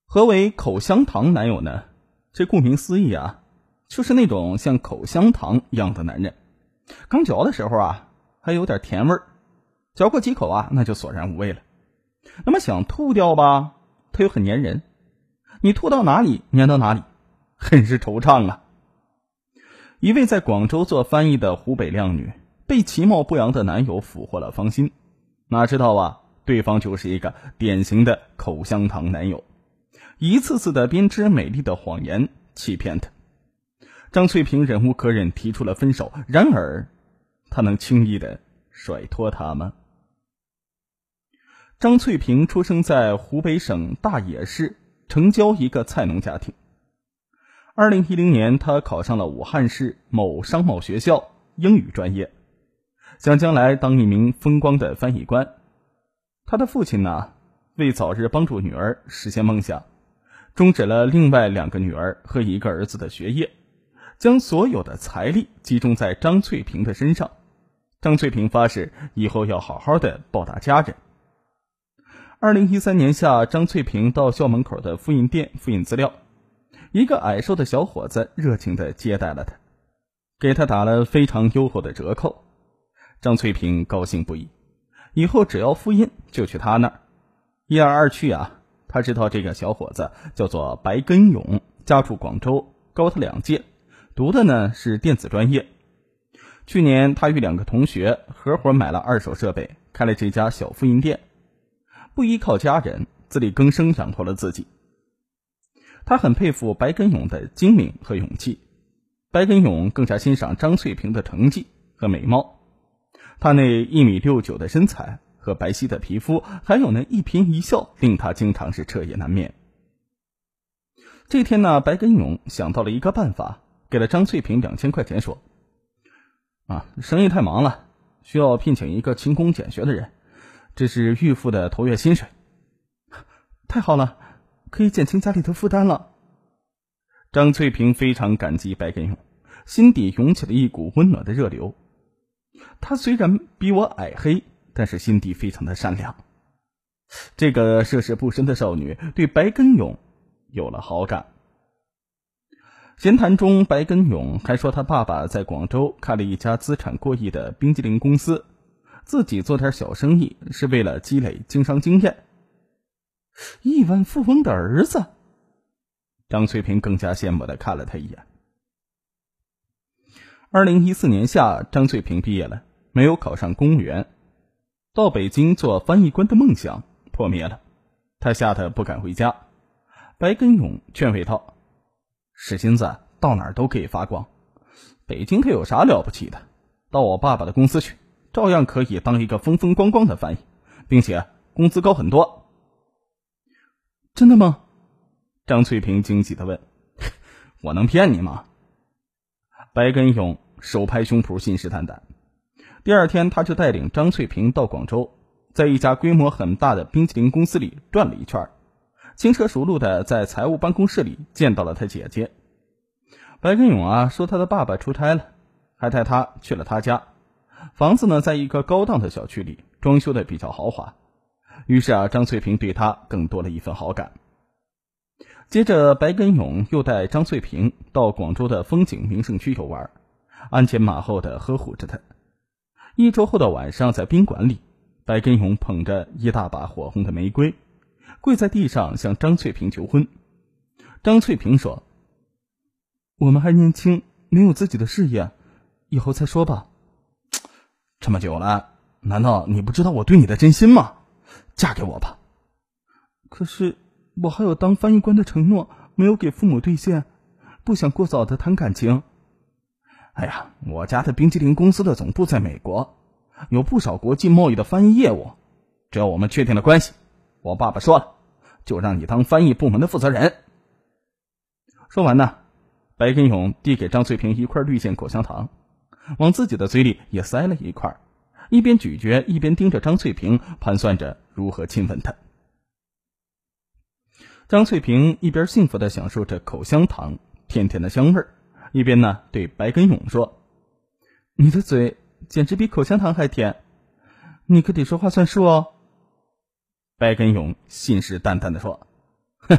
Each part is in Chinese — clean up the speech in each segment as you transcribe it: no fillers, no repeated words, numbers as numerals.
何为口香糖男友呢？这顾名思义啊，就是那种像口香糖一样的男人。刚嚼的时候啊，还有点甜味儿，嚼过几口啊，那就索然无味了。那么想吐掉吧，它又很粘人，你吐到哪里粘到哪里，很是惆怅啊。一位在广州做翻译的湖北靓女，被其貌不扬的男友俘获了芳心，哪知道啊，对方就是一个典型的口香糖男友，一次次的编织美丽的谎言欺骗她。张翠萍忍无可忍，提出了分手，然而她能轻易的甩脱他吗？张翠萍出生在湖北省大冶市城郊一个菜农家庭。2010年，她考上了武汉市某商贸学校英语专业，想将来当一名风光的翻译官。她的父亲呢，为早日帮助女儿实现梦想，终止了另外2个女儿和1个儿子的学业，将所有的财力集中在张翠萍的身上。张翠萍发誓以后要好好的报答家人。2013年夏，张翠萍到校门口的复印店复印资料，一个矮瘦的小伙子热情地接待了她，给她打了非常优厚的折扣。张翠萍高兴不已，以后只要复印就去他那儿。一来二去啊，他知道这个小伙子叫做白根勇，家住广州，高他2届，读的呢是电子专业。去年他与2个同学合伙买了2手设备，开了这家小复印店，不依靠家人，自力更生养活了自己。他很佩服白根勇的精明和勇气，白根勇更加欣赏张翠萍的成绩和美貌。他那1.69米的身材和白皙的皮肤，还有那一颦一笑，令他经常是彻夜难眠。这天呢，白根勇想到了一个办法，给了张翠萍2000块钱，说生意太忙了，需要聘请一个勤工俭学的人，这是预付的头月薪水。太好了，可以减轻家里的负担了。张翠萍非常感激白根勇，心底涌起了一股温暖的热流。他虽然比我矮黑，但是心地非常的善良。这个涉世不深的少女对白根勇有了好感。闲谈中，白根勇还说他爸爸在广州开了一家资产过亿的冰激凌公司，自己做点小生意是为了积累经商经验。亿万富翁的儿子，张翠萍更加羡慕地看了他一眼。2014年夏，张翠萍毕业了，没有考上公务员，到北京做翻译官的梦想破灭了，他吓得不敢回家。白根勇劝慰道：石金子到哪儿都可以发光，北京它有啥了不起的，到我爸爸的公司去，照样可以当一个风风光光的翻译，并且工资高很多。真的吗？张翠萍惊喜地问。我能骗你吗？白根勇手拍胸脯，信誓旦旦。第二天，他就带领张翠萍到广州，在一家规模很大的冰淇淋公司里转了一圈，轻车熟路的在财务办公室里见到了他姐姐。白根勇说他的爸爸出差了，还带他去了他家。房子呢在一个高档的小区里，装修的比较豪华。于是张翠萍对他更多了一份好感。接着白根勇又带张翠萍到广州的风景名胜区游玩，鞍前马后的呵护着她。1周后的晚上，在宾馆里，白根勇捧着一大把火红的玫瑰，跪在地上向张翠萍求婚。张翠萍说：我们还年轻，没有自己的事业，以后再说吧。这么久了，难道你不知道我对你的真心吗？嫁给我吧。可是我还有当翻译官的承诺没有给父母兑现，不想过早的谈感情。哎呀，我家的冰激凌公司的总部在美国，有不少国际贸易的翻译业务，只要我们确定了关系，我爸爸说了，就让你当翻译部门的负责人。说完呢，白根勇递给张翠萍一块绿箭口香糖，往自己的嘴里也塞了一块，一边咀嚼一边盯着张翠萍，盘算着如何亲吻她。张翠萍一边幸福地享受着口香糖甜甜的香味，一边呢对白根勇说：你的嘴简直比口香糖还甜，你可得说话算数哦。白根勇信誓旦旦地说：哼，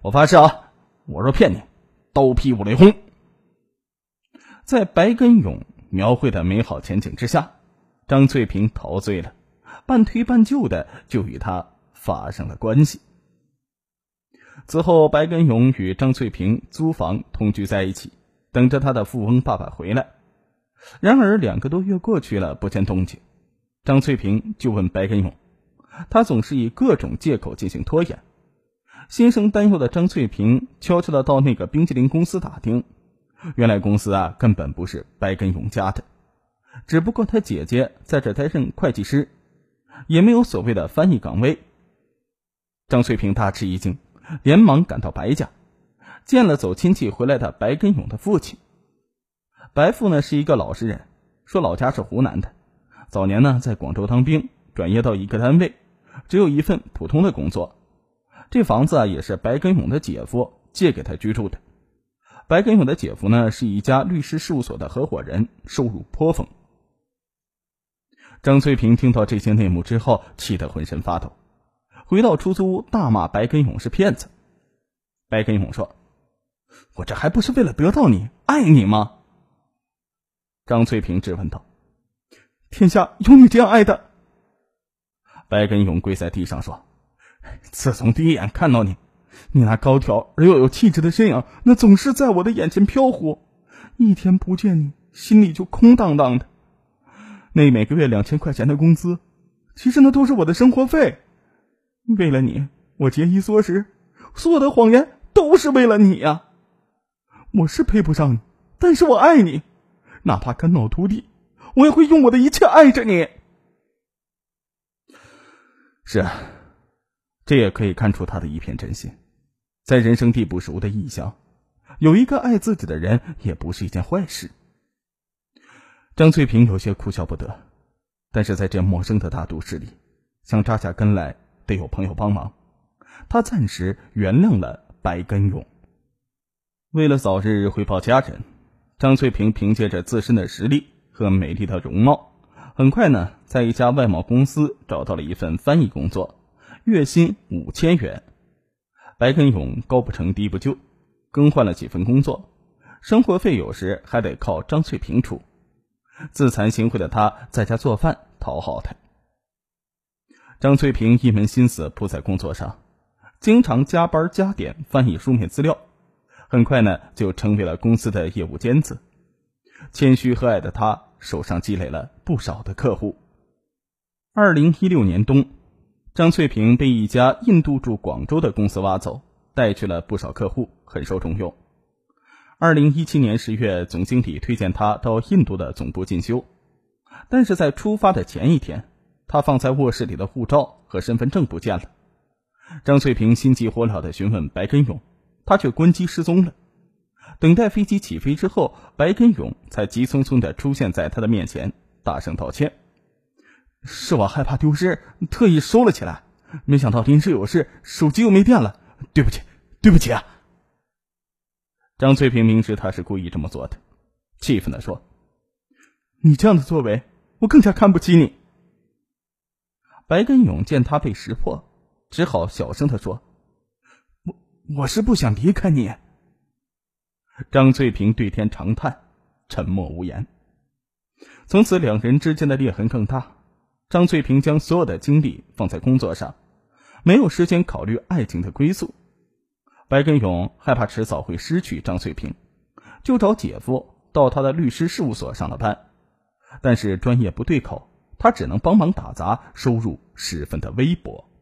我发誓啊，我若骗你，刀劈五雷轰。在白根勇描绘的美好前景之下，张翠萍陶醉了，半推半就的就与他发生了关系。此后，白根勇与张翠萍租房同居在一起，等着他的富翁爸爸回来。然而2个多月过去了，不见动静，张翠萍就问白根勇，他总是以各种借口进行拖延。心生担忧的张翠萍悄悄地到那个冰淇淋公司打听，原来公司根本不是白根勇家的，只不过他姐姐在这担任会计师，也没有所谓的翻译岗位。张翠萍大吃一惊，连忙赶到白家，见了走亲戚回来的白根勇的父亲。白父呢是一个老实人，说老家是湖南的，早年呢在广州当兵，转业到一个单位，只有一份普通的工作。这房子也是白根勇的姐夫借给他居住的。白根勇的姐夫呢是一家律师事务所的合伙人，收入颇丰。张翠萍听到这些内幕之后，气得浑身发抖，回到出租屋大骂白根勇是骗子。白根勇说，我这还不是为了得到你，爱你吗？张翠萍质问道，天下有你这样爱的？白根勇跪在地上说，自从第一眼看到你，你那高挑而又有气质的身影，那总是在我的眼前飘忽，一天不见你，心里就空荡荡的。那每个月2000块钱的工资，其实那都是我的生活费。为了你，我节衣缩食，所有的谎言都是为了你呀。我是配不上你，但是我爱你，哪怕肝脑涂地，我也会用我的一切爱着你。是啊，这也可以看出他的一片真心。在人生地不熟的异乡，有一个爱自己的人也不是一件坏事。张翠萍有些哭笑不得，但是在这陌生的大都市里，想扎下根来得有朋友帮忙。他暂时原谅了白根勇。为了早日回报家人，张翠萍凭借着自身的实力和美丽的容貌，很快呢在一家外贸公司找到了一份翻译工作，月薪5000元。白根勇高不成低不就，更换了几份工作，生活费有时还得靠张翠萍出。自惭形秽的他在家做饭讨好他。张翠萍一门心思扑在工作上，经常加班加点翻译书面资料，很快呢就成为了公司的业务尖子。谦虚和蔼的他手上积累了不少的客户。2016年冬，张翠萍被一家印度驻广州的公司挖走，带去了不少客户，很受重用。2017年10月，总经理推荐他到印度的总部进修，但是在出发的前一天，他放在卧室里的护照和身份证不见了。张翠萍心急火燎地询问白根勇，他却关机失踪了。等待飞机起飞之后，白根勇才急匆匆地出现在他的面前，大声道歉，是我害怕丢失，特意收了起来，没想到临时有事，手机又没电了，对不起对不起啊。张翠萍明知他是故意这么做的，气愤地说，你这样的作为，我更加看不起你。白根勇见他被识破，只好小声地说，我是不想离开你。张翠萍对天长叹，沉默无言。从此两人之间的裂痕更大，张翠萍将所有的精力放在工作上，没有时间考虑爱情的归宿。白根勇害怕迟早会失去张翠萍，就找姐夫到他的律师事务所上了班，但是专业不对口，他只能帮忙打杂，收入十分的微薄。